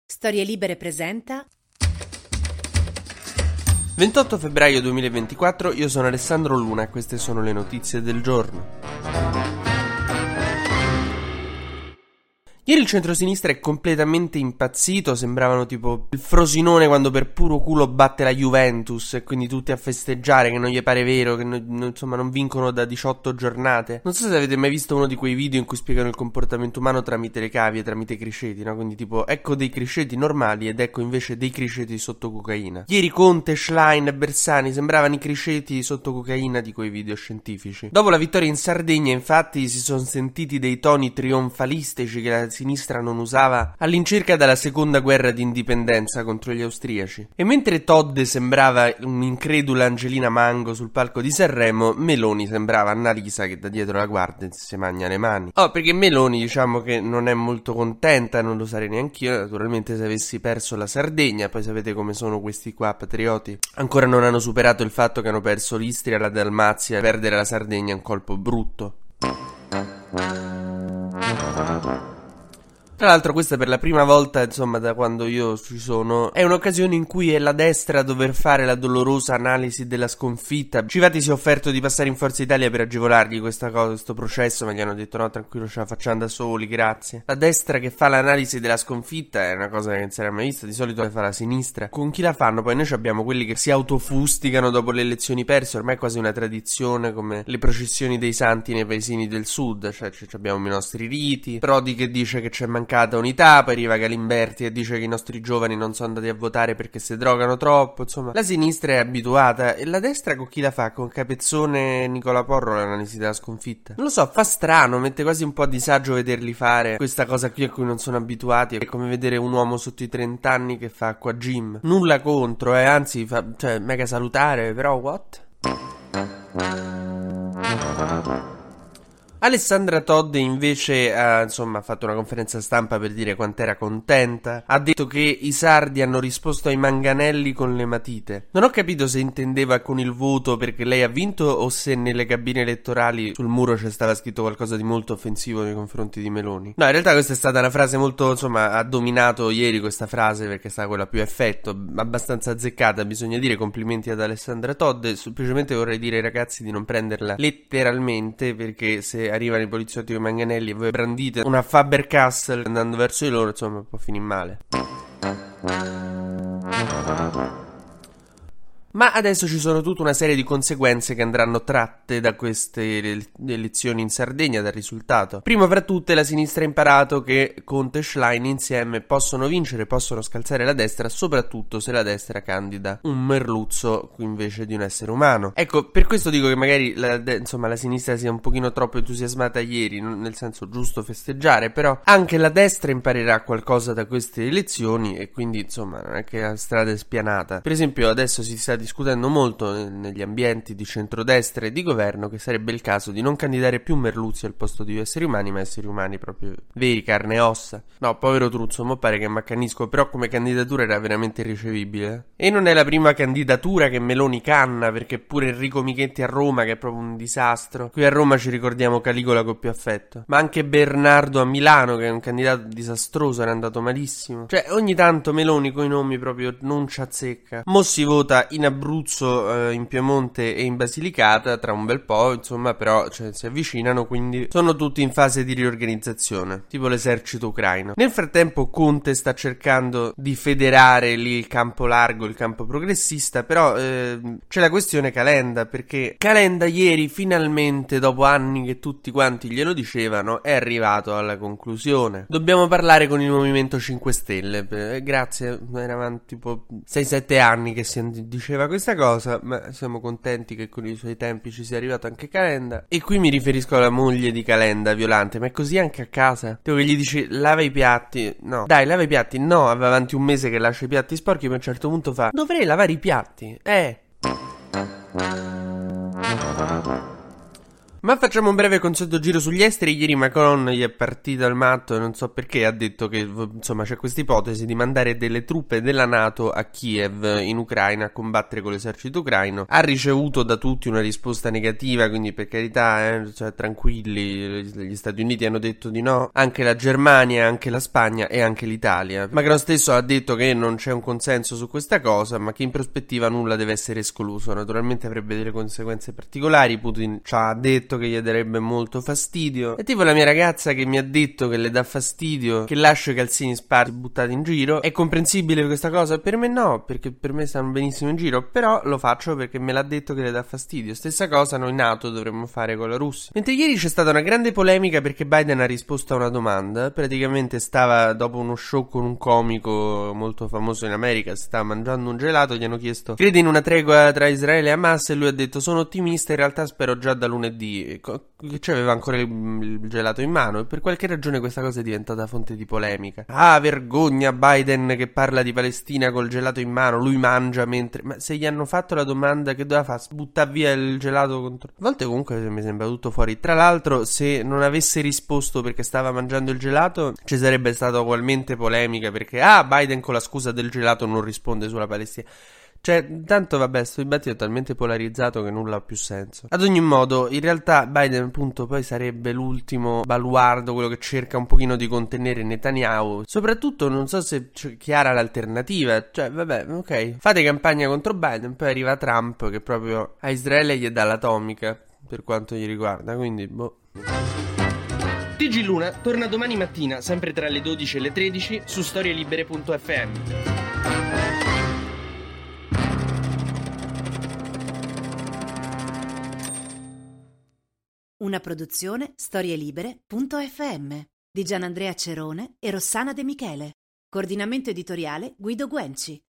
Storie Libere presenta 28 febbraio 2024, io sono Alessandro Luna e queste sono le notizie del giorno. Ieri il centrosinistra è completamente impazzito, sembravano tipo il Frosinone quando per puro culo batte la Juventus e quindi tutti a festeggiare che non gli pare vero, che insomma non vincono da 18 giornate. Non so se avete mai visto uno di quei video in cui spiegano il comportamento umano tramite le cavie, tramite i criceti, no? Quindi tipo ecco dei criceti normali ed ecco invece dei criceti sotto cocaina. Ieri Conte, Schlein e Bersani sembravano i criceti sotto cocaina di quei video scientifici. Dopo la vittoria in Sardegna infatti si sono sentiti dei toni trionfalistici che la sinistra non usava all'incirca dalla seconda guerra di indipendenza contro gli austriaci. E mentre Todde sembrava un'incredula Angelina Mango sul palco di Sanremo, Meloni sembrava Annalisa che da dietro la guarda e si magna le mani. Perché Meloni diciamo che non è molto contenta, non lo sarei neanch'io naturalmente se avessi perso la Sardegna. Poi sapete come sono questi qua patrioti, ancora non hanno superato il fatto che hanno perso l'Istria, la Dalmazia. Perdere la Sardegna è un colpo brutto. Tra l'altro questa per la prima volta, insomma, da quando io ci sono, è un'occasione in cui è la destra a dover fare la dolorosa analisi della sconfitta. Civati si è offerto di passare in Forza Italia per agevolargli questa cosa, questo processo, ma gli hanno detto no, tranquillo, ce la facciamo da soli, grazie. La destra che fa l'analisi della sconfitta è una cosa che non si era mai vista, di solito la fa la sinistra. Con chi la fanno? Poi noi abbiamo quelli che si autofustigano dopo le elezioni perse, ormai è quasi una tradizione come le processioni dei santi nei paesini del sud, cioè abbiamo i nostri riti, Prodi che dice che c'è mancata unità, poi arriva Galimberti e dice che i nostri giovani non sono andati a votare perché si drogano troppo, insomma la sinistra è abituata. E la destra con chi la fa? Con Capezzone e Nicola Porro l'analisi della sconfitta? Non lo so, fa strano, mette quasi un po' a disagio vederli fare questa cosa qui a cui non sono abituati. È come vedere un uomo sotto i 30 anni che fa acqua gym. Nulla contro, anzi fa, cioè mega salutare, però what? Alessandra Todde invece ha fatto una conferenza stampa per dire quant'era contenta. Ha detto che i sardi hanno risposto ai manganelli con l'ematite. Non ho capito se intendeva con il voto perché lei ha vinto o se nelle cabine elettorali sul muro c'è stava scritto qualcosa di molto offensivo nei confronti di Meloni. No, in realtà questa è stata una frase molto, ha dominato ieri questa frase perché è stata quella più a effetto, abbastanza azzeccata, bisogna dire. Complimenti ad Alessandra Todde. Semplicemente vorrei dire ai ragazzi di non prenderla letteralmente, perché se arrivano i poliziotti con i manganelli e voi brandite una Faber-Castell andando verso di loro, insomma può finire male. Ma adesso ci sono tutta una serie di conseguenze che andranno tratte da queste elezioni in Sardegna, dal risultato. Prima fra tutte la sinistra ha imparato che Conte e Schlein insieme possono vincere, possono scalzare la destra, soprattutto se la destra candida un merluzzo invece di un essere umano. Ecco, per questo dico che magari la sinistra sia un pochino troppo entusiasmata ieri, nel senso giusto festeggiare, però anche la destra imparerà qualcosa da queste elezioni e quindi insomma non è che la strada è spianata. Per esempio adesso si sta discutendo molto negli ambienti di centrodestra e di governo che sarebbe il caso di non candidare più merluzzi al posto di esseri umani, ma esseri umani proprio veri, carne e ossa. No, povero Truzzo, mo pare che m'accanisco, però come candidatura era veramente irricevibile. E non è la prima candidatura che Meloni canna, perché pure Enrico Michetti a Roma, che è proprio un disastro. Qui a Roma ci ricordiamo Caligola con più affetto, ma anche Bernardo a Milano, che è un candidato disastroso, era andato malissimo. Cioè ogni tanto Meloni coi nomi proprio non ci azzecca. Mo si vota in Abruzzo, in Piemonte e in Basilicata tra un bel po', insomma, però si avvicinano, quindi sono tutti in fase di riorganizzazione, tipo l'esercito ucraino. Nel frattempo Conte sta cercando di federare lì il campo largo, il campo progressista, però c'è la questione Calenda, perché Calenda ieri finalmente, dopo anni che tutti quanti glielo dicevano, è arrivato alla conclusione: dobbiamo parlare con il Movimento 5 Stelle. Grazie, eravamo tipo 6-7 anni che si diceva questa cosa, ma siamo contenti che con i suoi tempi ci sia arrivato anche Calenda. E qui mi riferisco alla moglie di Calenda, Violante, ma è così anche a casa. Tipo che gli dici lava i piatti, no, dai lava i piatti, no, aveva avanti un mese che lascia i piatti sporchi, ma a un certo punto fa dovrei lavare i piatti, Ma facciamo un breve consueto giro sugli esteri. Ieri Macron gli è partito il matto e non so perché ha detto che insomma c'è questa ipotesi di mandare delle truppe della NATO a Kiev in Ucraina a combattere con l'esercito ucraino. Ha ricevuto da tutti una risposta negativa, quindi per carità, cioè, tranquilli, gli Stati Uniti hanno detto di no, anche la Germania, anche la Spagna e anche l'Italia. Macron stesso ha detto che non c'è un consenso su questa cosa, ma che in prospettiva nulla deve essere escluso. Naturalmente avrebbe delle conseguenze particolari. Putin ci ha detto che gli darebbe molto fastidio. È tipo la mia ragazza che mi ha detto che le dà fastidio che lascio i calzini sparsi buttati in giro. È comprensibile questa cosa? Per me no, perché per me stanno benissimo in giro, però lo faccio perché me l'ha detto che le dà fastidio. Stessa cosa noi NATO dovremmo fare con la Russia. Mentre ieri c'è stata una grande polemica perché Biden ha risposto a una domanda. Praticamente stava, dopo uno show con un comico molto famoso in America, stava mangiando un gelato, gli hanno chiesto: credi in una tregua tra Israele e Hamas? E lui ha detto: sono ottimista, in realtà spero già da lunedì. Che c'aveva ancora il gelato in mano, e per qualche ragione questa cosa è diventata fonte di polemica. Ah, vergogna Biden che parla di Palestina col gelato in mano, lui mangia mentre... Ma se gli hanno fatto la domanda, che doveva fare? Buttare via il gelato contro... A volte comunque mi sembra tutto fuori. Tra l'altro, se non avesse risposto perché stava mangiando il gelato, ci sarebbe stata ugualmente polemica perché Biden con la scusa del gelato non risponde sulla Palestina. Cioè, tanto vabbè, sto dibattito è talmente polarizzato che nulla ha più senso. Ad ogni modo, in realtà Biden appunto poi sarebbe l'ultimo baluardo, quello che cerca un pochino di contenere Netanyahu. Soprattutto non so se c'è chiara l'alternativa. Cioè, vabbè, ok, fate campagna contro Biden, poi arriva Trump che proprio a Israele gli dà l'atomica per quanto gli riguarda, quindi boh. TG Luna torna domani mattina, sempre tra le 12 e le 13, su storielibere.fm. Una produzione storielibere.fm di Gianandrea Cerone e Rossana De Michele. Coordinamento editoriale Guido Guenci.